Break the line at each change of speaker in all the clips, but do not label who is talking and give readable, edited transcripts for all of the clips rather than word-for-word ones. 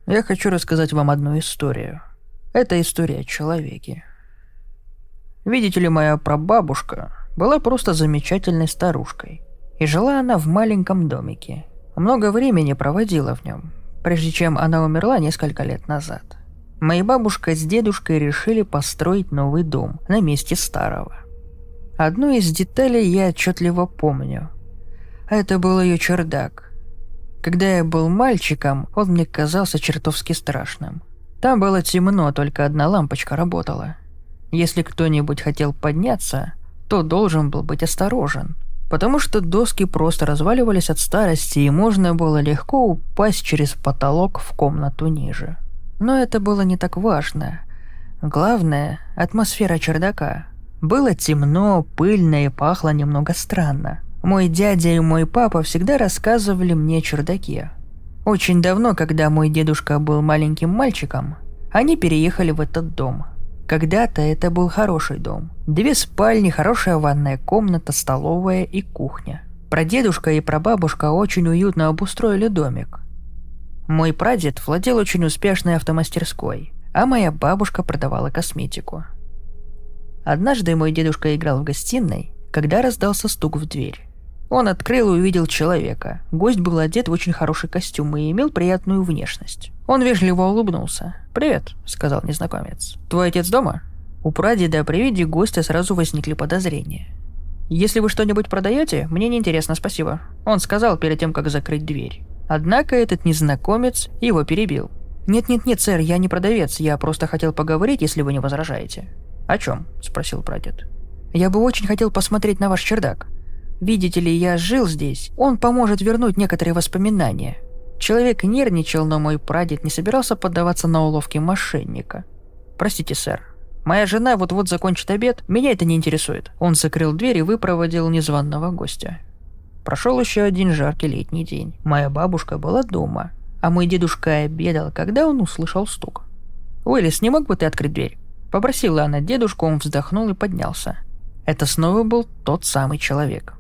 Я хочу рассказать вам одну историю. Это история о человеке. Видите ли, моя прабабушка была просто замечательной старушкой. И жила она в маленьком домике. Много времени проводила в нем, прежде чем она умерла несколько лет назад. Моя бабушка с дедушкой решили построить новый дом на месте старого. Одну из деталей я отчетливо помню. Это был ее чердак. Когда я был мальчиком, он мне казался чертовски страшным. Там было темно, только одна лампочка работала. Если кто-нибудь хотел подняться, то должен был быть осторожен, потому что доски просто разваливались от старости, и можно было легко упасть через потолок в комнату ниже. Но это было не так важно. Главное – атмосфера чердака. Было темно, пыльно и пахло немного странно. Мой дядя и мой папа всегда рассказывали мне о чердаке. Очень давно, когда мой дедушка был маленьким мальчиком, они переехали в этот дом. Когда-то это был хороший дом. 2 спальни, хорошая ванная комната, столовая и кухня. Прадедушка и прабабушка очень уютно обустроили домик. Мой прадед владел очень успешной автомастерской, а моя бабушка продавала косметику. Однажды мой дедушка играл в гостиной, когда раздался стук в дверь. Он открыл и увидел человека. Гость был одет в очень хороший костюм и имел приятную внешность. Он вежливо улыбнулся. «Привет», — сказал незнакомец. «Твой отец дома?» У прадеда при виде гостя сразу возникли подозрения. «Если вы что-нибудь продаете, мне неинтересно, спасибо», — он сказал перед тем, как закрыть дверь. Однако этот незнакомец его перебил. «Нет, сэр, я не продавец, я просто хотел поговорить, если вы не возражаете». «О чем?» — спросил прадед. «Я бы очень хотел посмотреть на ваш чердак. Видите ли, я жил здесь, он поможет вернуть некоторые воспоминания». Человек нервничал, но мой прадед не собирался поддаваться на уловки мошенника. «Простите, сэр, моя жена вот-вот закончит обед, меня это не интересует». Он закрыл дверь и выпроводил незваного гостя. Прошел еще один жаркий летний день. Моя бабушка была дома, а мой дедушка обедал, когда он услышал стук. «Уиллис, не мог бы ты открыть дверь?» Попросила она дедушку, он вздохнул и поднялся. Это снова был тот самый человек.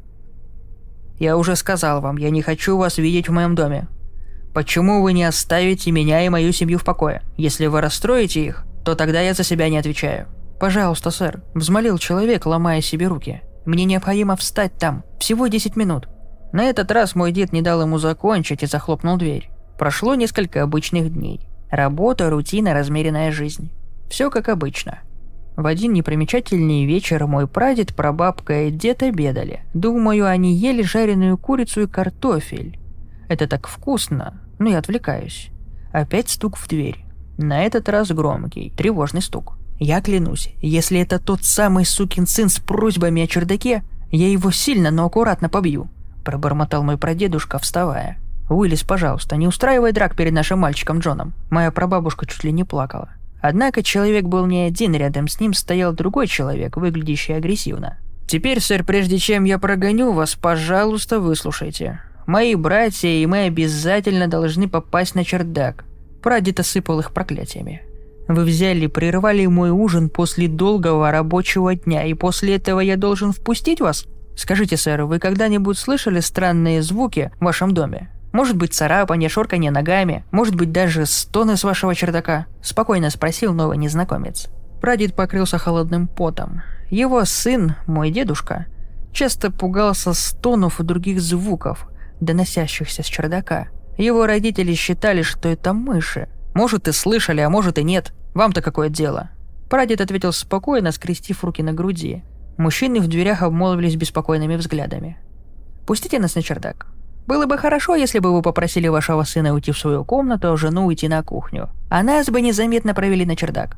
«Я уже сказал вам, я не хочу вас видеть в моем доме. Почему вы не оставите меня и мою семью в покое? Если вы расстроите их, то тогда я за себя не отвечаю». «Пожалуйста, сэр», — взмолил человек, ломая себе руки. «Мне необходимо встать там. Всего 10 минут». На этот раз мой дед не дал ему закончить и захлопнул дверь. Прошло несколько обычных дней. Работа, рутина, размеренная жизнь. Все как обычно. В один непримечательный вечер мой прадед, прабабка и дед обедали. Думаю, они ели жареную курицу и картофель. Это так вкусно, но я отвлекаюсь. Опять стук в дверь. На этот раз громкий, тревожный стук. Я клянусь, если это тот самый сукин сын с просьбами о чердаке, я его сильно, но аккуратно побью, пробормотал мой прадедушка, вставая. «Уиллис, пожалуйста, не устраивай драк перед нашим мальчиком Джоном». Моя прабабушка чуть ли не плакала. Однако человек был не один, рядом с ним стоял другой человек, выглядящий агрессивно. «Теперь, сэр, прежде чем я прогоню вас, пожалуйста, выслушайте. Мои братья и мы обязательно должны попасть на чердак». Прадед осыпал их проклятиями. «Вы взяли, прервали мой ужин после долгого рабочего дня, и после этого я должен впустить вас? Скажите, сэр, вы когда-нибудь слышали странные звуки в вашем доме? Может быть, царапанье, шорканье ногами, может быть, даже стоны с вашего чердака?» – спокойно спросил новый незнакомец. Прадед покрылся холодным потом. Его сын, мой дедушка, часто пугался стонов и других звуков, доносящихся с чердака. Его родители считали, что это мыши. «Может, и слышали, а может и нет. Вам-то какое дело?» Прадед ответил спокойно, скрестив руки на груди. Мужчины в дверях обмолвились беспокойными взглядами. «Пустите нас на чердак. Было бы хорошо, если бы вы попросили вашего сына уйти в свою комнату, а жену уйти на кухню. А нас бы незаметно провели на чердак».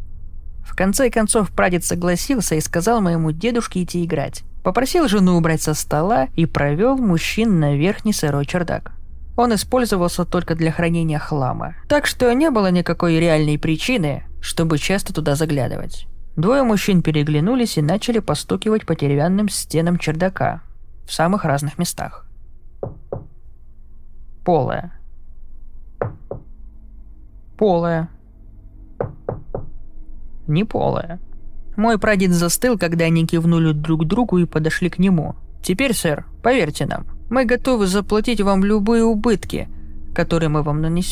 В конце концов прадед согласился и сказал моему дедушке идти играть. Попросил жену убрать со стола и провел мужчин на верхний сырой чердак. Он использовался только для хранения хлама, так что не было никакой реальной причины, чтобы часто туда заглядывать. 2 мужчин переглянулись и начали постукивать по деревянным стенам чердака в самых разных местах. Полая. Полая. Не полая. Мой прадед застыл, когда они кивнули друг другу и подошли к нему. «Теперь, сэр, поверьте нам, мы готовы заплатить вам любые убытки, которые мы вам нанесем,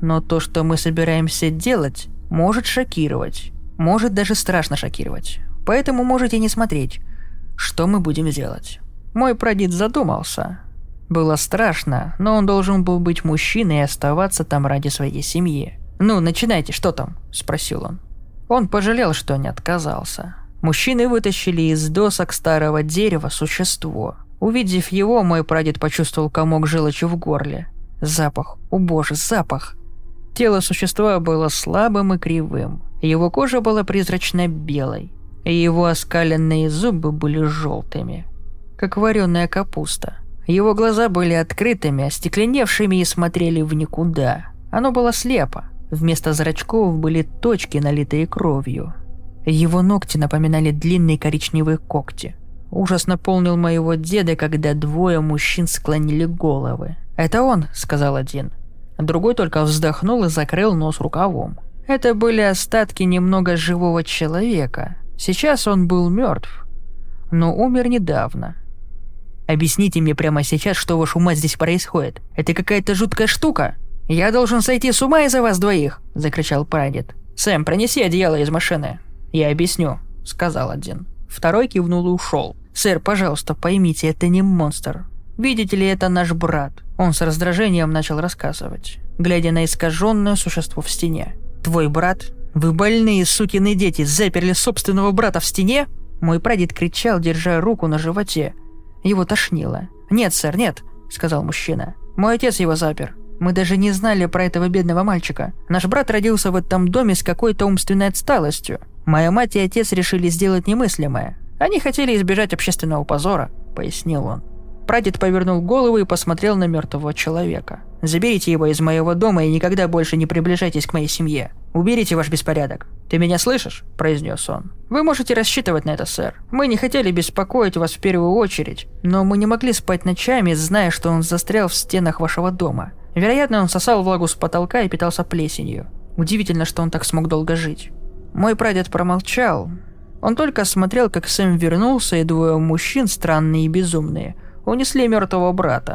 но то, что мы собираемся делать, может шокировать. Может даже страшно шокировать. Поэтому можете не смотреть, что мы будем делать». Мой прадед задумался. Было страшно, но он должен был быть мужчиной и оставаться там ради своей семьи. «Ну, начинайте, что там?» – спросил он. Он пожалел, что не отказался. Мужчины вытащили из досок старого дерева существо. Увидев его, мой прадед почувствовал комок желчи в горле. Запах, о боже, запах! Тело существа было слабым и кривым. Его кожа была призрачно-белой, и его оскаленные зубы были желтыми, как вареная капуста. Его глаза были открытыми, остекленевшими и смотрели в никуда. Оно было слепо. Вместо зрачков были точки, налитые кровью. Его ногти напоминали длинные коричневые когти. Ужас наполнил моего деда, когда двое мужчин склонили головы. «Это он», — сказал один. Другой только вздохнул и закрыл нос рукавом. Это были остатки немного живого человека. Сейчас он был мертв, но умер недавно. «Объясните мне прямо сейчас, что, вашу мать, здесь происходит. Это какая-то жуткая штука. Я должен сойти с ума из-за вас двоих», — закричал прадед. «Сэм, пронеси одеяло из машины». «Я объясню», — сказал один. Второй кивнул и ушел. «Сэр, пожалуйста, поймите, это не монстр. Видите ли, это наш брат». Он с раздражением начал рассказывать, глядя на искаженное существо в стене. «Твой брат? Вы больные сукины дети, заперли собственного брата в стене?» Мой прадед кричал, держа руку на животе. Его тошнило. «Нет, сэр, нет», — сказал мужчина. «Мой отец его запер. Мы даже не знали про этого бедного мальчика. Наш брат родился в этом доме с какой-то умственной отсталостью. Моя мать и отец решили сделать немыслимое. Они хотели избежать общественного позора», — пояснил он. Прадед повернул голову и посмотрел на мертвого человека. «Заберите его из моего дома и никогда больше не приближайтесь к моей семье. Уберите ваш беспорядок. Ты меня слышишь?» – произнес он. «Вы можете рассчитывать на это, сэр. Мы не хотели беспокоить вас в первую очередь, но мы не могли спать ночами, зная, что он застрял в стенах вашего дома. Вероятно, он сосал влагу с потолка и питался плесенью. Удивительно, что он так смог долго жить». Мой прадед промолчал. Он только смотрел, как Сэм вернулся, и двое мужчин, странные и безумные, унесли мертвого брата.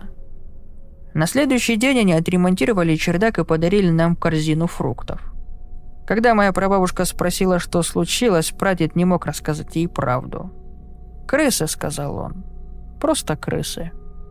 На следующий день они отремонтировали чердак и подарили нам корзину фруктов. Когда моя прабабушка спросила, что случилось, прадед не мог рассказать ей правду. «Крысы», — сказал он. «Просто крысы».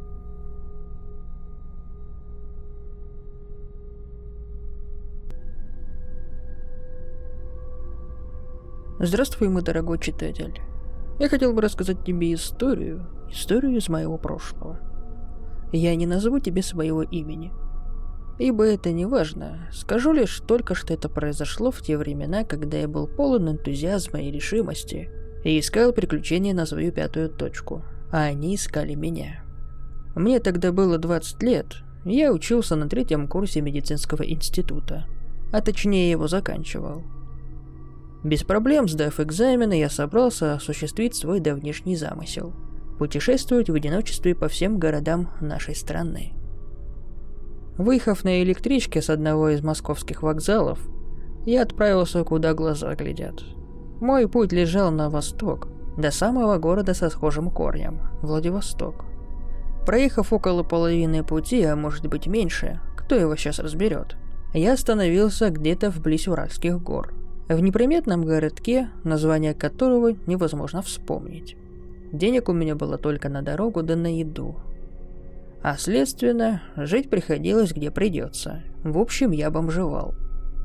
Здравствуй, мой дорогой читатель. Я хотел бы рассказать тебе историю из моего прошлого. Я не назову тебе своего имени, ибо это не важно. Скажу лишь только, что это произошло в те времена, когда я был полон энтузиазма и решимости и искал приключения на свою пятую точку, а они искали меня. Мне тогда было 20 лет, и я учился на 3-м курсе медицинского института, а точнее его заканчивал. Без проблем сдав экзамены, я собрался осуществить свой давнишний замысел – путешествовать в одиночестве по всем городам нашей страны. Выехав на электричке с одного из московских вокзалов, я отправился, куда глаза глядят. Мой путь лежал на восток, до самого города со схожим корнем – Владивосток. Проехав около половины пути, а может быть меньше, кто его сейчас разберет, я остановился где-то вблизь Уральских гор, в неприметном городке, название которого невозможно вспомнить. Денег у меня было только на дорогу да на еду. А следственно, жить приходилось где придется. В общем, я бомжевал.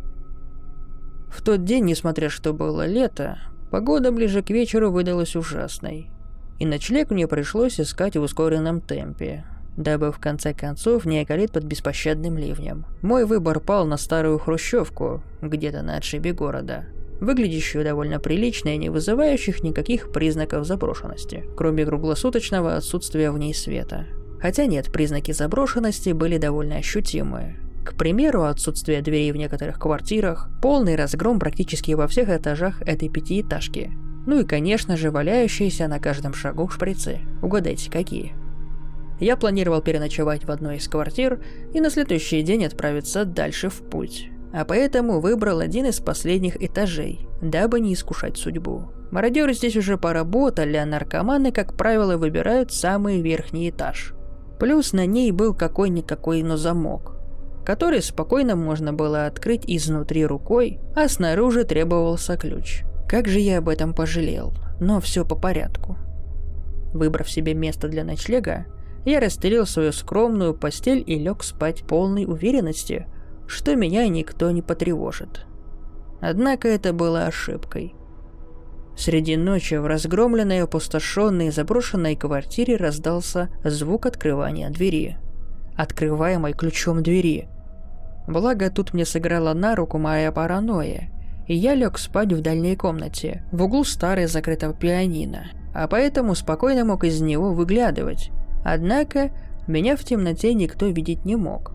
В тот день, несмотря что было лето, погода ближе к вечеру выдалась ужасной. И ночлег мне пришлось искать в ускоренном темпе, дабы в конце концов не околеть под беспощадным ливнем. Мой выбор пал на старую хрущевку, где-то на отшибе города, выглядящую довольно прилично и не вызывающих никаких признаков заброшенности, кроме круглосуточного отсутствия в ней света. Хотя нет, признаки заброшенности были довольно ощутимые. К примеру, отсутствие дверей в некоторых квартирах, полный разгром практически во всех этажах этой пятиэтажки. Ну и, конечно же, валяющиеся на каждом шагу шприцы. Угадайте, какие? Я планировал переночевать в одной из квартир и на следующий день отправиться дальше в путь. А поэтому выбрал один из последних этажей, дабы не искушать судьбу. Мародеры здесь уже поработали, а наркоманы, как правило, выбирают самый верхний этаж. Плюс на ней был какой-никакой, но замок. который спокойно можно было открыть изнутри рукой, а снаружи требовался ключ. Как же я об этом пожалел, но все по порядку. Выбрав себе место для ночлега, я расстелил свою скромную постель и лег спать полной уверенности, что меня никто не потревожит. Однако это было ошибкой. Среди ночи в разгромленной, опустошенной и заброшенной квартире раздался звук открывания двери. Открываемой ключом двери. Благо тут мне сыграла на руку моя паранойя, и я лег спать в дальней комнате, в углу старой закрытого пианино, а поэтому спокойно мог из него выглядывать. Однако меня в темноте никто видеть не мог.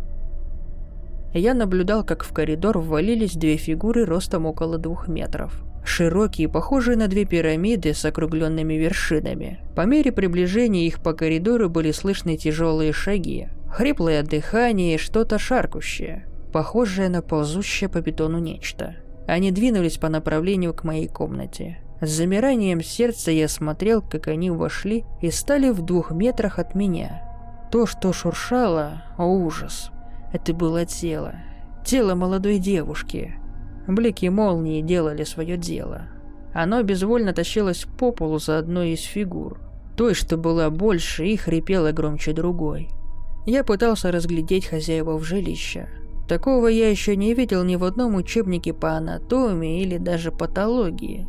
Я наблюдал, как в коридор ввалились две фигуры ростом около 2 метров. Широкие, похожие на 2 пирамиды с округленными вершинами. По мере приближения их по коридору были слышны тяжелые шаги, хриплое дыхание и что-то шаркающее, похожее на ползущее по бетону нечто. Они двинулись по направлению к моей комнате. С замиранием сердца я смотрел, как они вошли и стали в 2 метрах от меня. То, что шуршало, о ужас, это было тело. Тело молодой девушки. Блики молнии делали свое дело. Оно безвольно тащилось по полу за одной из фигур. Той, что была больше и хрипела громче другой. Я пытался разглядеть хозяев жилища. Такого я еще не видел ни в одном учебнике по анатомии или даже патологии.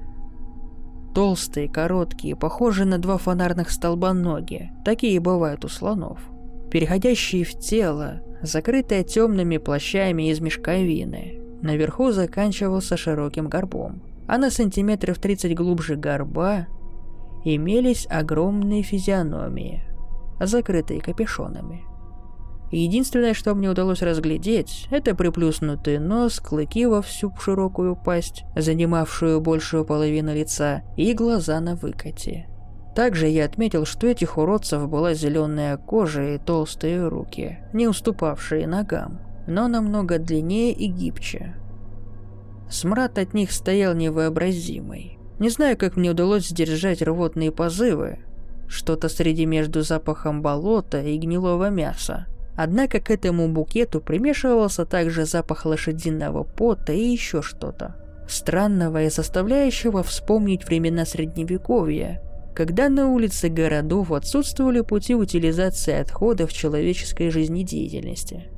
Толстые, короткие, похожие на 2 фонарных столба ноги. Такие бывают у слонов. Переходящие в тело, закрытое темными плащами из мешковины. Наверху заканчивался широким горбом, а на сантиметров 30 глубже горба имелись огромные физиономии, закрытые капюшонами. Единственное, что мне удалось разглядеть, это приплюснутый нос, клыки во всю широкую пасть, занимавшую большую половину лица, и глаза на выкате. Также я отметил, что этих уродцев была зеленая кожа и толстые руки, не уступавшие ногам, но намного длиннее и гибче. Смрад от них стоял невообразимый. Не знаю, как мне удалось сдержать рвотные позывы, что-то среди между запахом болота и гнилого мяса. Однако к этому букету примешивался также запах лошадиного пота и еще что-то странного и заставляющего вспомнить времена Средневековья, когда на улице городов отсутствовали пути утилизации отходов человеческой жизнедеятельности.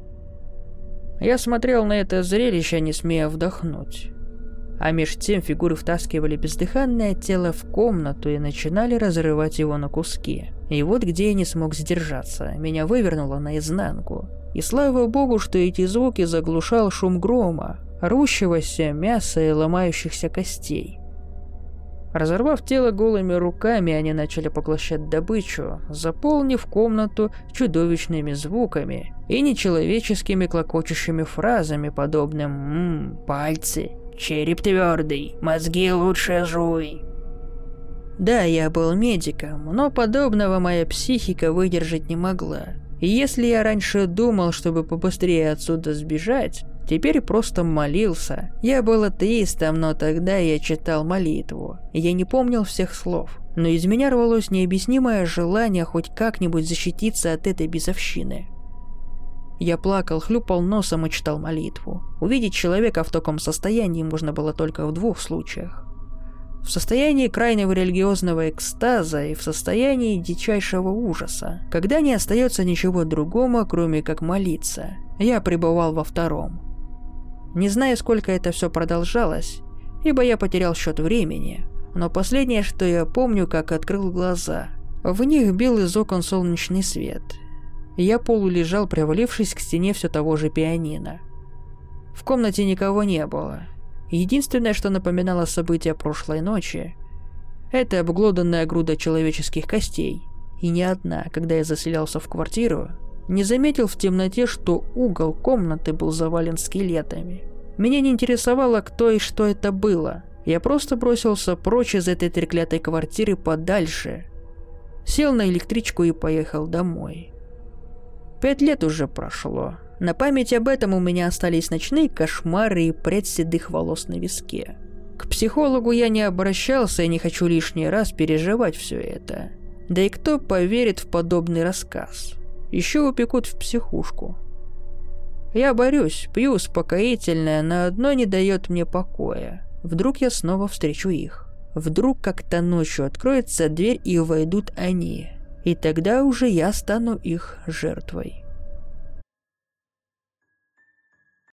Я смотрел на это зрелище, не смея вдохнуть. А меж тем фигуры втаскивали бездыханное тело в комнату и начинали разрывать его на куски. И вот где я не смог сдержаться, меня вывернуло наизнанку. И слава богу, что эти звуки заглушал шум грома, рущегося мяса и ломающихся костей. Разорвав тело голыми руками, они начали поглощать добычу, заполнив комнату чудовищными звуками и нечеловеческими клокочущими фразами, подобным «пальцы», «череп твердый», «мозги лучше жуй». Да, я был медиком, но подобного моя психика выдержать не могла. И если я раньше думал, чтобы побыстрее отсюда сбежать, теперь просто молился. Я был атеистом, но тогда я читал молитву. Я не помнил всех слов, но из меня рвалось необъяснимое желание хоть как-нибудь защититься от этой безовщины. Я плакал, хлюпал носом и читал молитву. Увидеть человека в таком состоянии можно было только в 2 случаях. В состоянии крайнего религиозного экстаза и в состоянии дичайшего ужаса, когда не остается ничего другого, кроме как молиться. Я пребывал во втором. Не знаю, сколько это все продолжалось, ибо я потерял счет времени, но последнее, что я помню, как открыл глаза. В них бил из окон солнечный свет. Я полулежал, привалившись к стене все того же пианино. В комнате никого не было. Единственное, что напоминало события прошлой ночи, это обглоданная груда человеческих костей. И ни одна, когда я заселялся в квартиру, не заметил в темноте, что угол комнаты был завален скелетами. Меня не интересовало, кто и что это было. Я просто бросился прочь из этой треклятой квартиры подальше. Сел на электричку и поехал домой. 5 лет уже прошло. На память об этом у меня остались ночные кошмары и прядь седых волос на виске. К психологу я не обращался и не хочу лишний раз переживать все это. Да и кто поверит в подобный рассказ? Еще упекут в психушку. Я борюсь, пью успокоительное, но одно не дает мне покоя. Вдруг я снова встречу их. Вдруг как-то ночью откроется дверь и войдут они. И тогда уже я стану их жертвой.